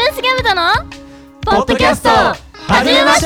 ブンスギャムとのポッドキャスト始めました。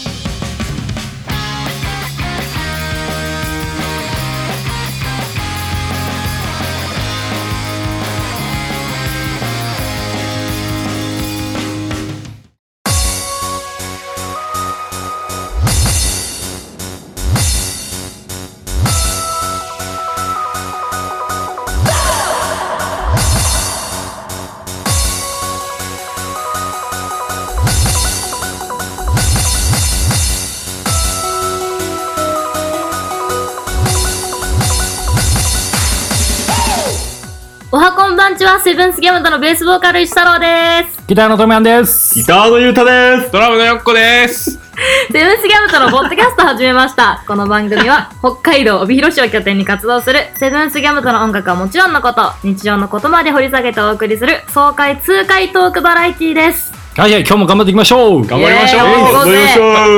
おはこんばんちは、セブンスギャムとのベースボーカル石太郎です。 ギターのトミヤンです。 ギターのゆうたです。 ドラムのよっこです。 セブンスギャムとのポッドキャストを始めました。この番組は北海道帯広市を拠点に活動するセブンスギャムとの音楽はもちろんのこと、日常のことまで掘り下げてお送りする爽快痛快トークバラエティーです。 はいはい、今日も頑張っていきましょう。 頑張りましょう。 頑張りまし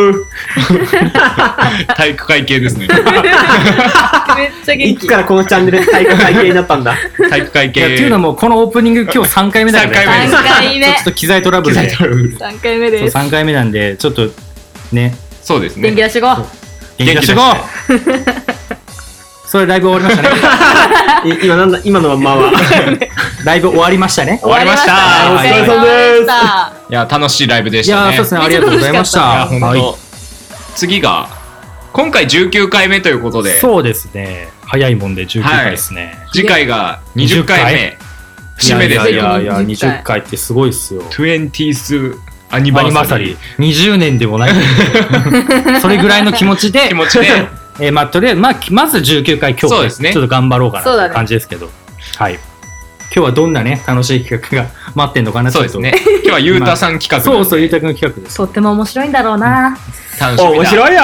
ょう。体育会系ですね。 めっちゃ元気。 いつからこのチャンネル体育会系になったんだ。 体育会系。 っていうのもこのオープニング今日3回目だから 3回目です。 3回目。 ちょっと機材トラブルで 3回目です。 そう3回目なんでちょっとね、 そうですね。 元気出してこう。 元気出してこう。それライブ終わりましたね。 今のままはライブ終わりましたね。 終わりました。 お疲れ様です。 いや、楽しいライブでしたね。 いや、そうですね、ありがとうございました。 本当。次が今回19回目ということで。 そうですね。早いもんで19回ですね。 次回が20回目。節目です。 いや20回ってすごいっすよ。 20th アニバーサリー。 20年でもない。それぐらいの気持ちで。まあとりあえずまず19回今日ちょっと頑張ろうかなって感じですけど、はい。今日はどんなね楽しい企画が待ってんのかな。 そうですね。今日はゆうたさん企画。 そうゆうたくん企画です。 とっても面白いんだろうな。 楽しみだ。 面白いよ。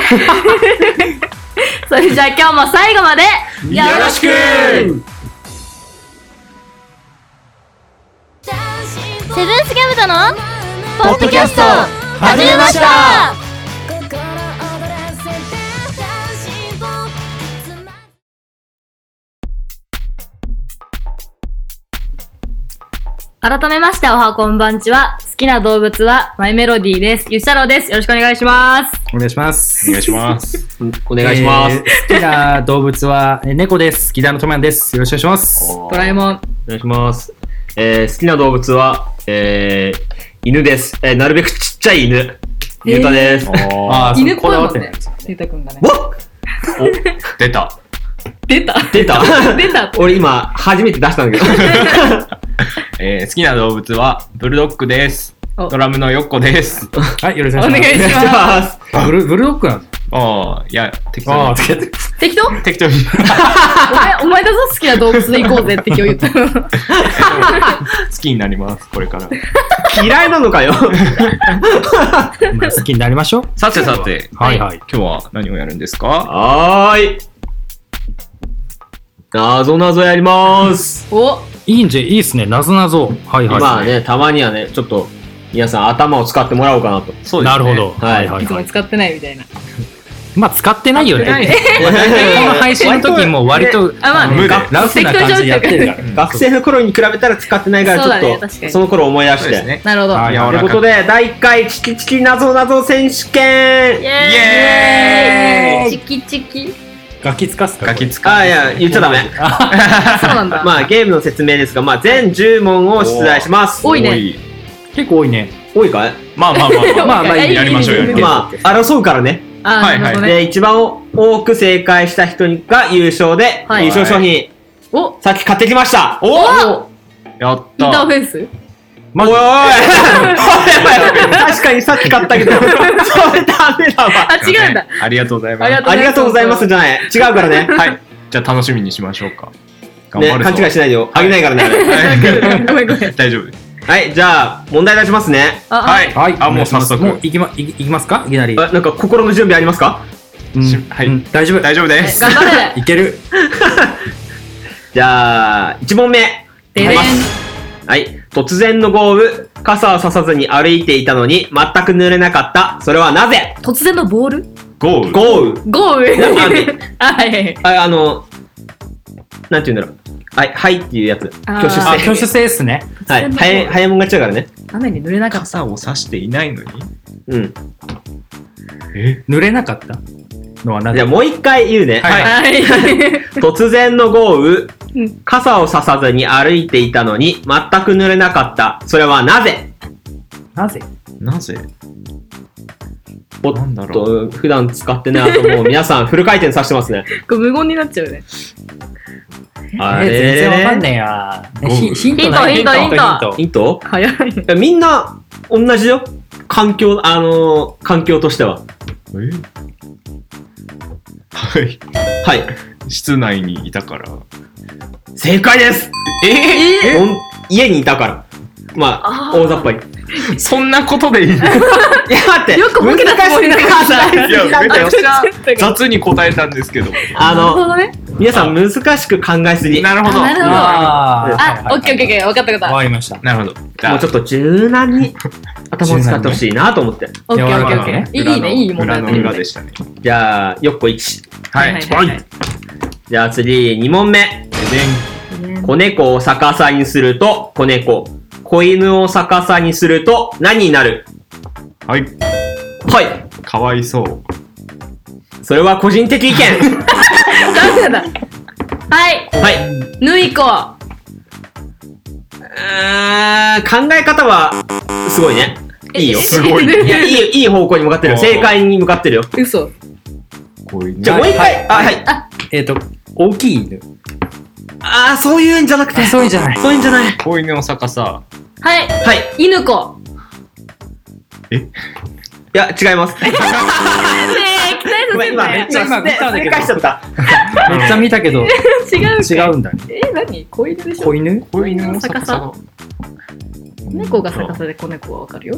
それじゃあ今日も最後までよろしく。セブンスギャムとのポッドキャスト始めました。改めましておはこんばんちは。好きな動物はマイメロディーです。ゆうたろうです。よろしくお願いします。 お願いします。 お願いします。 お願いします。 好きな動物は猫です。ギターのトミヤンです。よろしくお願いします。 ドラえもん。 お願いします。好きな動物は犬です。なるべくちっちゃい犬。ゆうたです。 犬っぽいもんね。ゆうたくんがね。 お、出た。 俺今初めて出したんだけど。 好きな動物はブルドッグです。ドラムのよっこです。 はい、よろしくお願いします。ブルドッグなんですか？いや、適当に。 お前だぞ、好きな動物で行こうぜって今日言ったの。 好きになります、これから。 嫌いなのかよ。 好きになりましょう。 さて、 はい。 今日は何をやるんですか？ はーい。なぞなぞやります。 いいですね。なぞなぞ。はい。 まあね、たまにはね、ちょっと皆さん頭を使ってもらおうかなと。 そうですね。 なるほど。 はい。 いつも使ってないみたいな。 まあ使ってないよね。この配信の時も割とラフな感じでやってるから。 学生の頃に比べたら使ってないからちょっとその頃思い出して。 なるほど。 ということで第1回チキチキなぞなぞ選手権。 イエーイ。チキチキ。 ガキつかすか。 いや言っちゃダメ。 そうなんだ。 まあゲームの説明ですが、まあ全10問を出題します。 多いね。 結構多いね。 多いかい？ まあやりましょうよ。 まあ争うからね。 はい。 で一番多く正解した人が優勝で、優勝商品さっき買ってきました。 やった。 インターフェース？ おい確かにさっき買ったけどそれダメだわ。 違うんだ。 ありがとうございます。 ありがとうございますじゃない。違うからね。 はい。じゃあ楽しみにしましょうか。 勘違いしないでよ。あげないからね。 ごめん。 大丈夫。 はい、じゃあ問題出しますね。 はい。もう早速。 もういきますか？いきなり。 なんか心の準備ありますか？ はい。大丈夫です。 頑張れ。 いける。 じゃあ1問目。はい。突然の豪雨、傘をささずに歩いていたのに全く濡れなかった。それはなぜ？ 突然のボール？ 豪雨。 はい。 なんて言うんだろう。はいっていうやつ。挙手制。 挙手制っすね。 はい。早いもん勝ちだからね。 雨に濡れなかった。 傘を差していないのにうん。 濡れなかったのは何？ じゃあもう一回言うね。 はい。 突然の豪雨、傘を差さずに歩いていたのに全く濡れなかった。それはなぜ？ なぜ？ おっと、普段使ってない後もう皆さんフル回転させてますね。 これ無言になっちゃうね。 全然わかんねえや。ヒント。 ヒント？ 早い。 みんな同じよ。環境としては。 はい。 はい。 室内にいたから。 正解です。家にいたから。まあ、大雑把に。 そんなことでいいの？いや、 待って。 よくボケたつもりなかった。 いや、めちゃくちゃ雑に答えたんですけど。 皆さん難しく考えすぎ。 なるほど。 オッケー。わかった。 わかりました。 なるほど。 もうちょっと柔軟に頭を使ってほしいなと思って。 オッケー。いいね、いい問題。 裏の裏でしたね。 じゃあ、よっこ1。 はい。 じゃあ次、2問目。子猫を逆さにすると、子猫。子犬を逆さにすると、何になる？ はい。 かわいそう。 それは個人的意見。 ダメだ。はい。ぬいこ。 考え方は、すごいね。いいよ。 すごい。 いや、いい方向に向かってるよ。正解に向かってるよ。 嘘。 じゃあもう一回。 大きい犬。 そういうんじゃなくて。 そういうんじゃない。 子犬を逆さ。 はい。犬子。 いや、違います。 ねえ、期待させんなよ。 めっちゃ正解しちゃった。 めっちゃ見たけど。違うんだね。 何？子犬でしょ？ 子犬を逆さ。猫が逆さで子猫はわかるよ。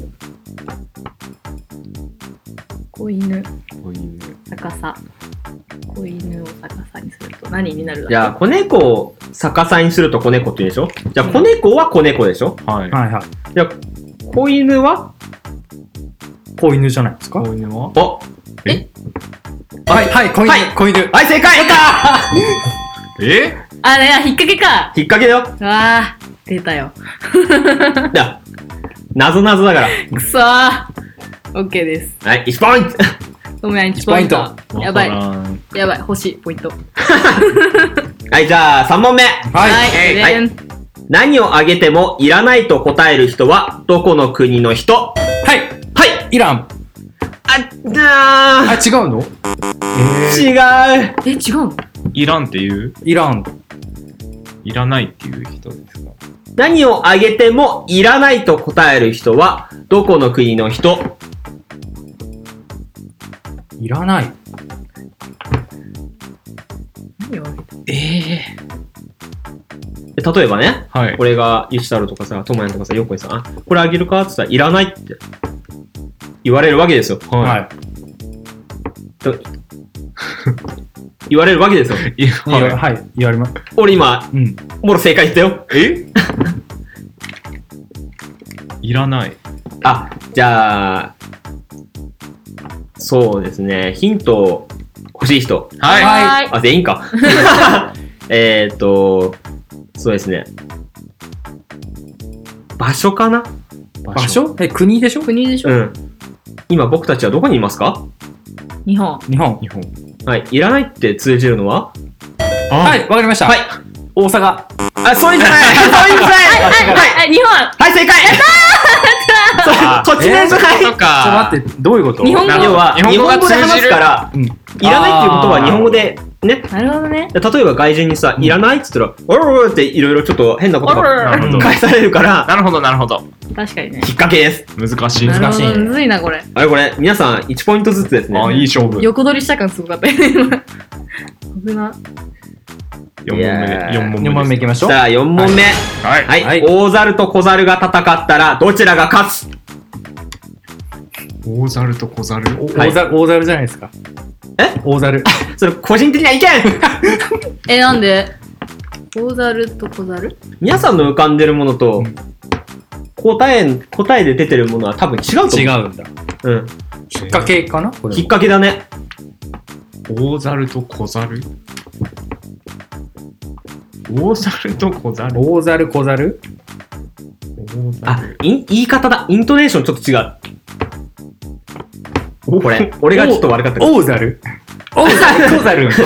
子犬逆さ。子犬を逆さにすると何になるだろう？ じゃあ、子猫を逆さにすると子猫って言うでしょ？じゃあ、子猫は子猫でしょ？ はい。 じゃあ、子犬は子犬じゃないですか？ 子犬は？ 子犬。 はい、正解！ あれ、引っ掛けか。 引っ掛けだよ。 わー、出たよ。 いや、なぞなぞだから。 くそー。オッケーです。 はい、1ポイント。 ごめん、1ポイント。やばい、欲しい、ポイント。 はい、じゃあ、3問目。 はい。 何をあげてもいらないと答える人は、どこの国の人？ イラン。違うの？ 違う。 違うの？ イランっていう？ イラン。 いらないっていう人ですか？ 何をあげてもいらないと答える人は、どこの国の人？ いらない。 何をあげて？ 例えばね、 はい、 俺がゆきたろとかさ、ともやんとかさ、よっこにさ、これあげるかって言ったら、いらないって言われるわけですよ。 はい。 言われるわけですよ。 はい、言われます。 俺今、もろ正解言ったよ。 いらない。 じゃあ、そうですね、ヒント欲しい人。 はい。 全員か。そうですね。場所かな？ 場所？国でしょ？ 国でしょ？ うん。今僕たちはどこにいますか？ 日本。 はい。いらないって通じるのは？ はい、わかりました。 はい。 大阪。 そういうんじゃない。 はい、日本。 はい、正解。こっちのやつじゃない。 ちょっと待って、どういうこと？ 日本語。 要は、日本語で話すから、いらないっていうことは日本語で、ね。 なるほどね。 例えば外人にさ、いらないって言ったら、おーっていろいろちょっと変なことが返されるから。 なるほど。 確かにね。 引っ掛けです。 難しい。 むずいな、これ。 これ、皆さん1ポイントずつですね。 いい勝負。 横取りした感すごかったよね。危な。 4 問目いきましょう。 さあ、4問目。 はい。 大猿と小猿が戦ったら、どちらが勝つ？ 大猿と小猿？ 大猿じゃないですか。大猿。 それ、個人的な意見。 なんで？大猿と小猿？ 皆さんの浮かんでるものと、答えで出てるものは多分違うと思う。 違うんだ。 うん。 引っ掛けかな？ 引っ掛けだね。 大猿と小猿？大猿と小猿？ 大猿小猿？ 言い方だ。イントネーションちょっと違う。これ、俺がちょっと悪かった。 オーザルオーザル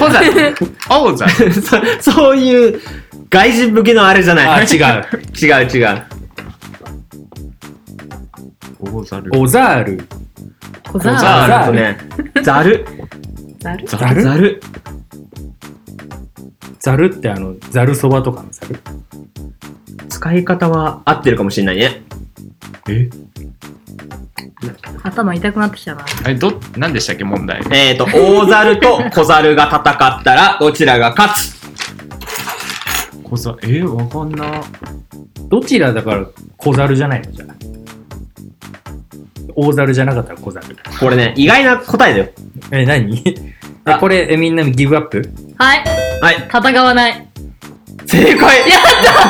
そういう外人向けのあれじゃない。 違う。 オザル。 オザール。 ね。ザル。 ザルってザルそばとかのザル。 使い方は合ってるかもしれないね。 頭痛くなってきたな。 何でしたっけ問題。 大ザルと小ザルが戦ったらどちらが勝つ？ わかんな。 どちらだから小ザルじゃないのじゃない。大ザルじゃなかったら小ザル。 これね、意外な答えだよ。 何？これみんなギブアップ？ はい。戦わない。 正解。 や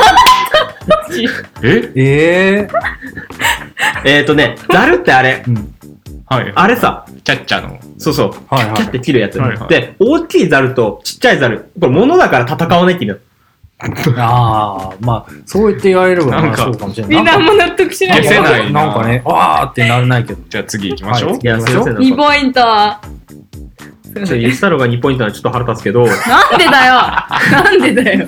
ったね、ザルってあれ。あれさ、 チャッチャの。 そう。チャッって切るやつ。で、大きいザルとちっちゃいザル。これ物だから戦わないって意味だ。 まあ、そう言って言われればそうかもしれない。 みんなも納得しない。 なんかね、わーってならないけど。 じゃあ次行きましょう。 2ポイント。 ユスタロが2ポイントはちょっと腹立つけど。 なんでだよ。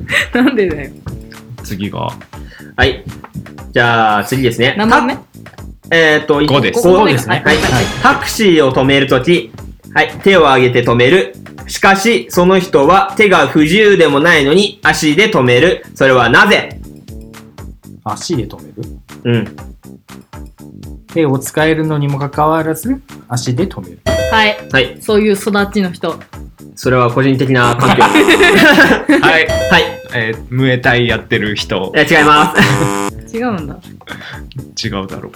次が。 はい。じゃあ次ですね。 何問目 ？5です。5ですね。タクシーを止めるとき、手を挙げて止める。しかし、その人は手が不自由でもないのに足で止める。それはなぜ？ 足で止める？手を使えるのにもかかわらず、足で止める。 はい。そういう育ちの人。 それは個人的な環境。 ムエタイやってる人。 違います。 違うんだ。 違うだろう。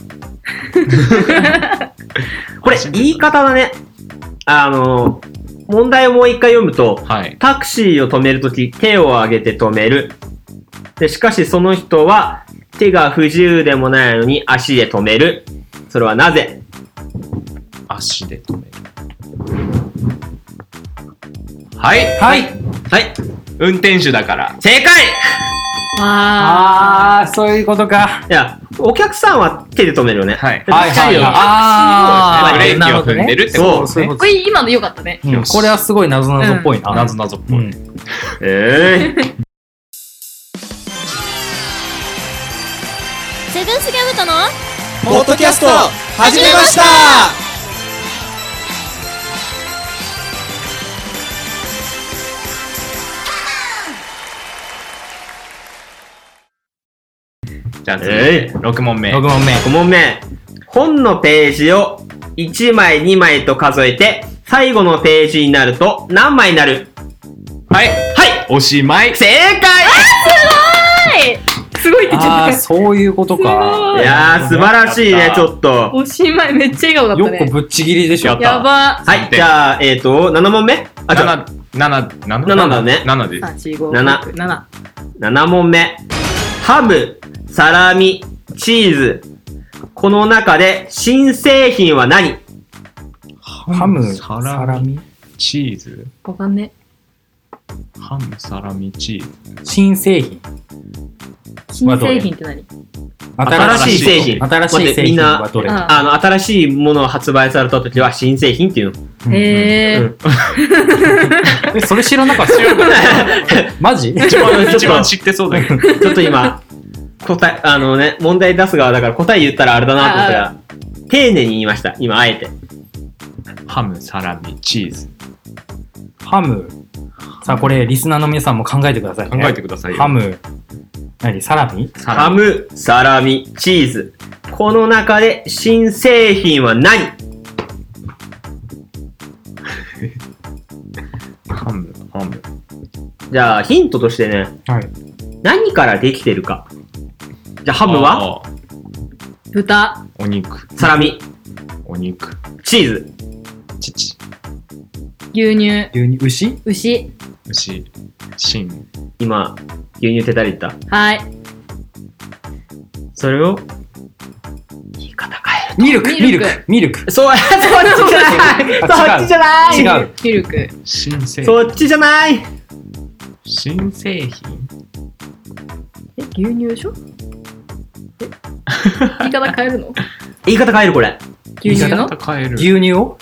これ、言い方だね。問題をもう一回読むと、タクシーを止めるとき、手を挙げて止める。で、しかしその人は、手が不自由でもないのに足で止める。それはなぜ？ 足で止める。運転手だから。 正解！ そういうことか。 いや、お客さんは手で止めるよね。 ブレーキを踏んでるってことですね。 これ今の良かったね。 これはすごい謎々っぽいな。 謎々っぽい。 セブンスギャムとのポッドキャスト始めました。 じゃあ次、6問目。 5問目。本のページを1枚2枚と数えて最後のページになると何枚になる？ おしまい。 正解！ すごいって言っちゃった。 そういうことか。 いやー、素晴らしいね、ちょっと。 おしまい、めっちゃ笑顔だったね。 よくぶっちぎりでしょ。 やば。 はい、じゃあ、7問目 7だね。 7 で。 7問目。ハム、サラミ、チーズ。この中で新製品は何？ ハム、サラミ、 チーズ。 わかんね。 ハム、サラミ、チーズ。 新製品。 新製品って何？ 新しい製品。 新しい製品はどれ？ 新しいものが発売された時は新製品っていうの。 それ知らなかった。マジ？ 一番知ってそうだけど。 ちょっと今、問題出す側だから答え言ったらあれだなと思ったら、丁寧に言いました。今、あえて。 ハム、サラミ、チーズ。 ハム。さあ、これ、リスナーの皆さんも考えてくださいね。 考えてくださいよ。 ハム。サラミ？ ハム、サラミ、チーズ。この中で新製品は何？ ハム。 じゃあ、ヒントとしてね。何からできてるか。じゃあ、ハムは？ 豚。 お肉。 サラミ。 お肉。 チーズ。 乳。 牛乳。 牛。 今、牛乳手たり言った。 はい。 それを、言い方変える。 ミルク。 そっちじゃない。 違う。 ミルク。 そっちじゃない。 新製品？ 牛乳でしょ？ 言い方変えるの？ 言い方変えるこれ。 牛乳の？ 牛乳を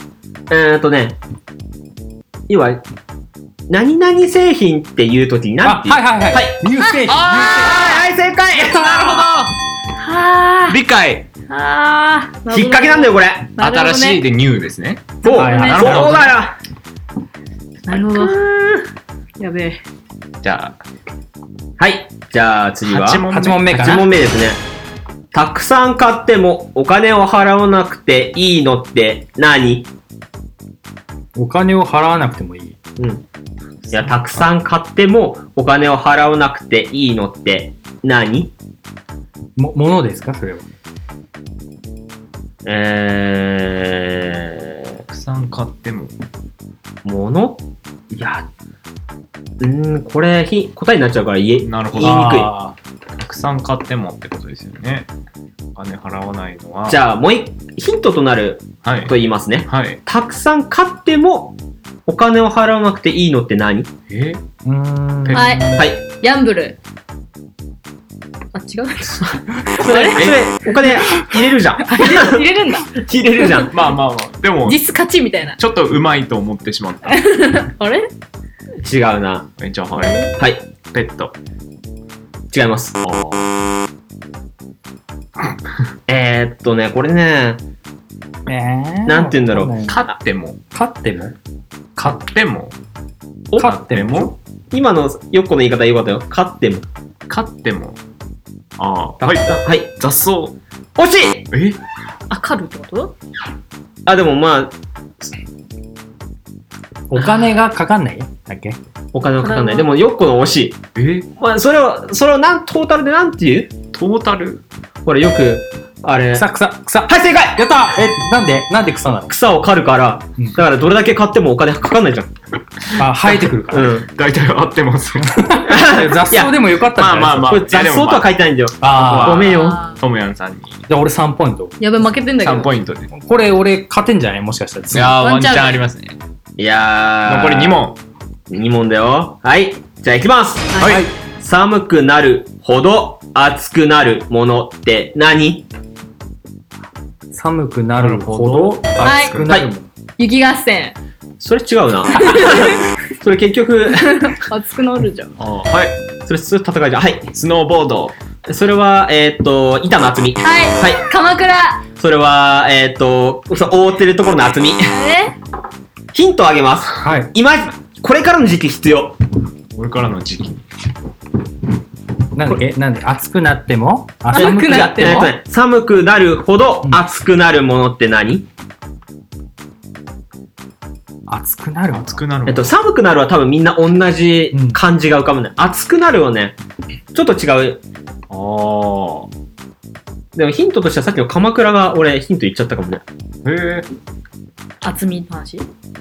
要は、何々製品っていうときに何て言う？ はい。乳製品。 はい、正解。 なるほど。理解。 引っ掛けなんだよこれ。 新しいでニューですね。 そうだよ。 なるほど。やべえ。 じゃあ次は 8問目かな。 8問目ですね。たくさん買ってもお金を払わなくていいのって何？ お金を払わなくてもいい。 いや、たくさん買ってもお金を払わなくていいのって何？ ものですかそれは。 たくさん買っても。 もの？いや、これ答えになっちゃうから言いにくい。 たくさん買ってもってことですよね。お金払わないのは。 じゃあもうヒントとなると言いますね。たくさん買ってもお金を払わなくていいのって何？ はい。ギャンブル。あ、違う。 それお金入れるじゃん。 入れるんだ。 入れるじゃん。 まあ。でも、 実質勝ちみたいな。 ちょっとうまいと思ってしまった。 あれ？ 違うな。 じゃあ、はい。ペット。 違います。これね。なんて言うんだろう。 買っても。 今のよっこの言い方よかったよ。買っても。 はい。雑草。 惜しい！ 狩るってこと？ でもまあ。 お金がかかんないだっけ？ お金はかかんない。でもよっこの惜しい。まあそれをトータルでなんて言う？ トータル？ ほらよくあれ。 草。 はい正解！ やった！なんで草なの？ 草を刈るから、だからどれだけ買ってもお金かかんないじゃん。 生えてくるから。 大体合ってます。 雑草でもよかったんじゃない？ まあ。これ雑草とは書いてないんだよ。ごめんよ。 トムヤンさんに。 じゃあ俺3ポイント。 やべ負けてんだけど。 3ポイントで。 これ俺勝てんじゃない？もしかしたら。 いやワンチャンありますね。 いや残り2問。 2問だよ。はい。じゃあ行きます。はい。寒くなるほど暑くなるものって何？ 寒くなるほど暑くなるもの。 雪合戦。 それ違うな。それ結局暑くなるじゃん。 はい。それ戦いじゃん。はい。 スノーボード。 それは板の厚み。 はい。鎌倉。 それは覆ってるところの厚み。ヒントをあげます。 はい。 これからの時期必要。 これからの時期。 なんで暑くなっても寒くなっても寒くなるほど暑くなるものって何？ 暑くなる寒くなるは多分みんな同じ漢字が浮かぶね。暑くなるはね、ちょっと違う。でもヒントとしてはさっきの鎌倉が俺ヒント言っちゃったかもね。 厚みの話？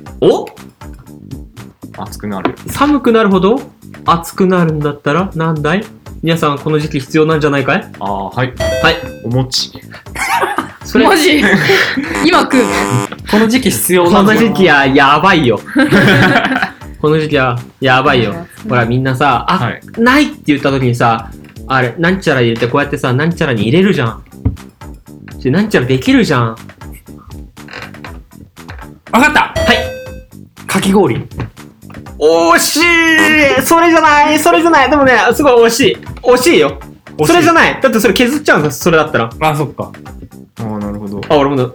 暑くなる。 寒くなるほど暑くなるんだったらなんだい？皆さんこの時期必要なんじゃないかい？ はい。お餅。 マジ？今食うの？ この時期必要この時期はやばいよ。この時期はやばいよ。ほらみんなさ、ないって言った時にさ、あれ、なんちゃら入れてこうやってさ、なんちゃらに入れるじゃん。なんちゃらできるじゃん。 わかった！はい。かき氷。 惜しい！それじゃないでもね、すごい惜しいよ。それじゃない。だってそれ削っちゃうんです、それだったら。 そっか。 なるほど。 俺もだ。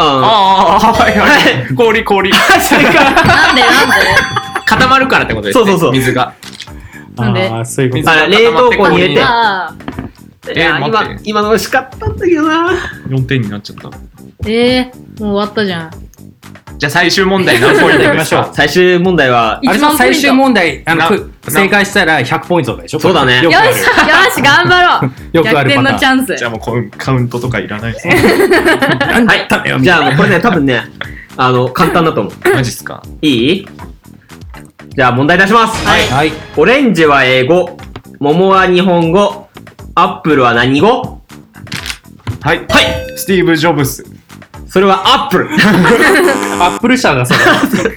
はい。氷。 なんで固まるからってことですね。 そう。 水が。 なんでそういうこと。 冷凍庫に入れて。 待って。 今の惜しかったんだけどな。 4点になっちゃった。 もう終わったじゃん。 じゃあ最終問題何ポイントいきましょう。 最終問題は、 最終問題、正解したら100ポイントでしょ？ そうだね。 よし、頑張ろう。逆転のチャンス。 じゃあもうカウントとかいらないですね。 はい。じゃあもうこれね、多分ね、簡単だと思う。 マジっすか？ いい？じゃあ問題出します。 はい。 オレンジは英語、桃は日本語、アップルは何語？ はい。スティーブ・ジョブス。 それはアップル。 アップル社がそれ。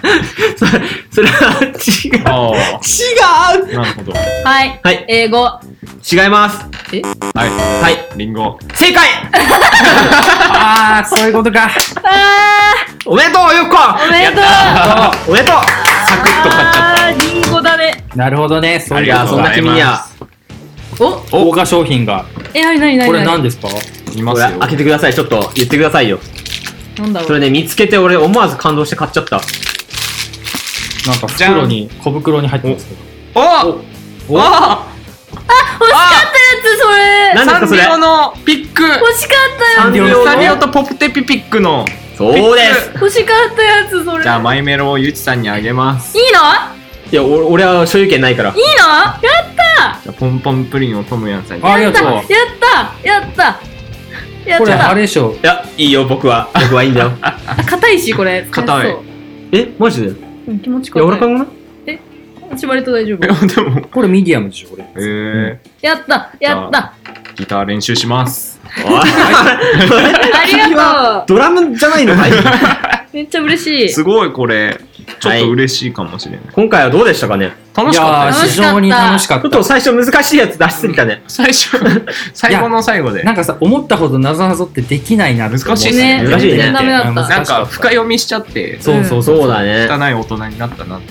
それは違う。 なるほど。 はい。 はい。 英語。 違います。 はい。リンゴ。 正解。 ああ、そういうことか。 おめでとう、よっこ。 おめでとう。 おめでとう。 サクッと買っちゃった。 リンゴだね。 なるほどね。 そんな君には。 豪華商品が。 何これ何ですか？ いますよ。 開けてください。ちょっと言ってくださいよ。 なんだろう。 それね、見つけて俺思わず感動して買っちゃった。 なんか袋に、小袋に入ってますけど。 欲しかったやつ、それ。 何ですかそれ？ サンリオのピック。 欲しかったやつ。 サンリオとポプテピピックの。 そうです。 欲しかったやつ、それ。 じゃあマイメロをゆちさんにあげます。 いいの？ いや、俺は所有権ないから。いいの？やったじゃあポンポンプリンをトムヤンさんに。 ありがとう。 やったこれあれでしょ。 いや、いいよ、僕はいいんだよ。 硬いし、これ。 硬い。 え、マジで？ 気持ち硬い。 柔らかいもの？ 私割と大丈夫。 でもこれミディアムでしょ、これ。 やったギター練習します。 ありがとう。 ドラムじゃないのかい？ めっちゃ嬉しい。 すごいこれ。ちょっと嬉しいかもしれない。 今回はどうでしたかね？ 楽しかったです。 非常に楽しかった。 ちょっと最初難しいやつ出しすぎたね。 最後の最後で。 なんかさ、思ったほどなぞなぞってできないなって。 難しいね。 難しいね。 なんか深読みしちゃって。 そうだね。 汚い大人になったなって。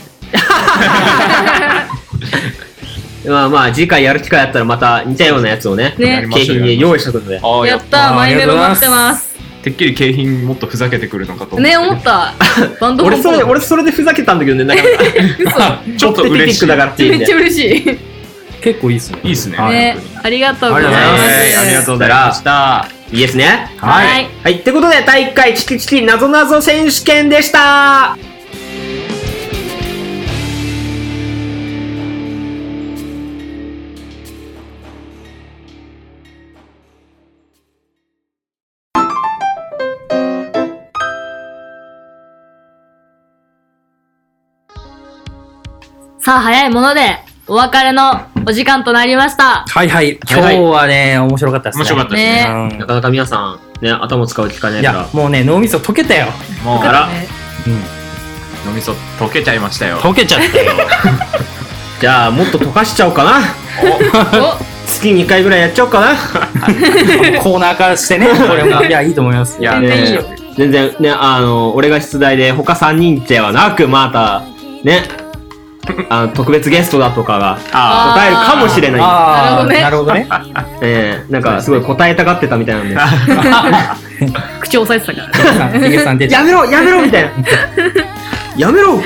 まあ次回やる機会あったらまた似たようなやつをね、景品に用意しとくので。 やったー、マイメロ待ってます。 てっきり景品もっとふざけてくるのかと思って。 ね、思った。 俺それでふざけたんだけどね、なんかちょっと嬉しい。 めっちゃ嬉しい。 結構いいっすね。 いいっすね。 ありがとうございます。 ありがとうございました。 いいですね。 はい。 はい、ってことで第1回チキチキなぞなぞ選手権でした。 さあ、早いもので、お別れのお時間となりました。 はいはい。今日はね、面白かったですね。 面白かったですね。 なかなか皆さん、ね、頭使う機会ないから。 いや、もうね、脳みそ溶けたよ。 もう、脳みそ溶けちゃいましたよ。 溶けちゃったよ。 じゃあ、もっと溶かしちゃおうかな。月2回ぐらいやっちゃおうかな。 コーナー化してね、これも。いや、いいと思います。 いや、全然ね、俺が出題で他3人ではなく、また、ね、特別ゲストだとかが答えるかもしれない。 なるほどね。 なんかすごい答えたがってたみたいなんで。 口を押さえてたから。 やめろみたいな。やめろ。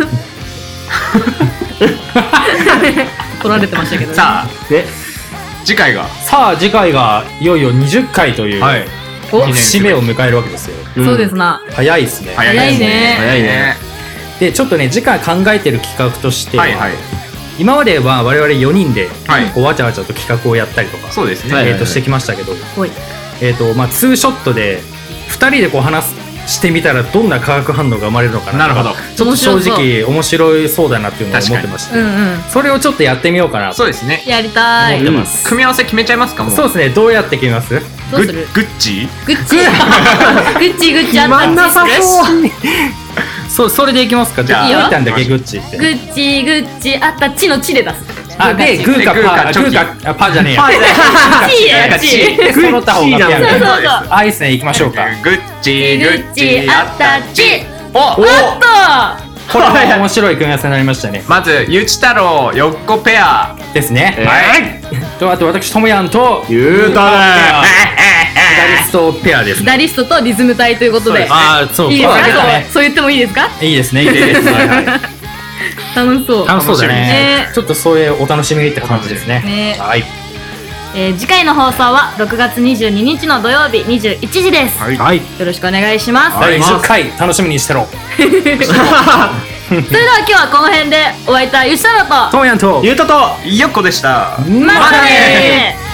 取られてましたけど。 さあ、次回がいよいよ20回という節目を迎えるわけですよ。 そうですな。 早いですね。 早いね。 でちょっとね次回考えてる企画として今までは我々4人でこうわちゃわちゃと企画をやったりとかしてきましたけど、まあツーショットで2人でこう話してみたらどんな化学反応が生まれるのかな。 なるほど。 ちょっと正直面白いそうだなっていうのを思ってまして、それをちょっとやってみようかな。 そうですね。 やりたい。 思ってます。 組み合わせ決めちゃいますかもう。 そうですね。どうやって決めます？ どうする？ グッチグッチあったんですそうそれでいきますか。じゃあグータンだけグッチって。 グッチあったチのチで出す。 でグーかパじゃねえや。 チ揃った方がピアノ。 そう。 いいっすね。行きましょうか。 グッチあったチ。 おっと。これは面白い組み合わせになりましたね。 まずゆち太郎よっこペアですね。はい。とあと私ともやんとゆうたギタリストペアです。 ギタリストとリズム隊ということで。 そう。 いいですか？そう言ってもいいですか？ いいですね。いいです。 楽しそうだね。ちょっとそういうお楽しみって感じですね。はい。 次回の放送は6月22日の土曜日21時です。 はい。 よろしくお願いします。 第10回楽しみにしてろ。 それでは今日はこの辺でお会いいたゆうしたろとともやんとゆうたとよっこでした。 またねー。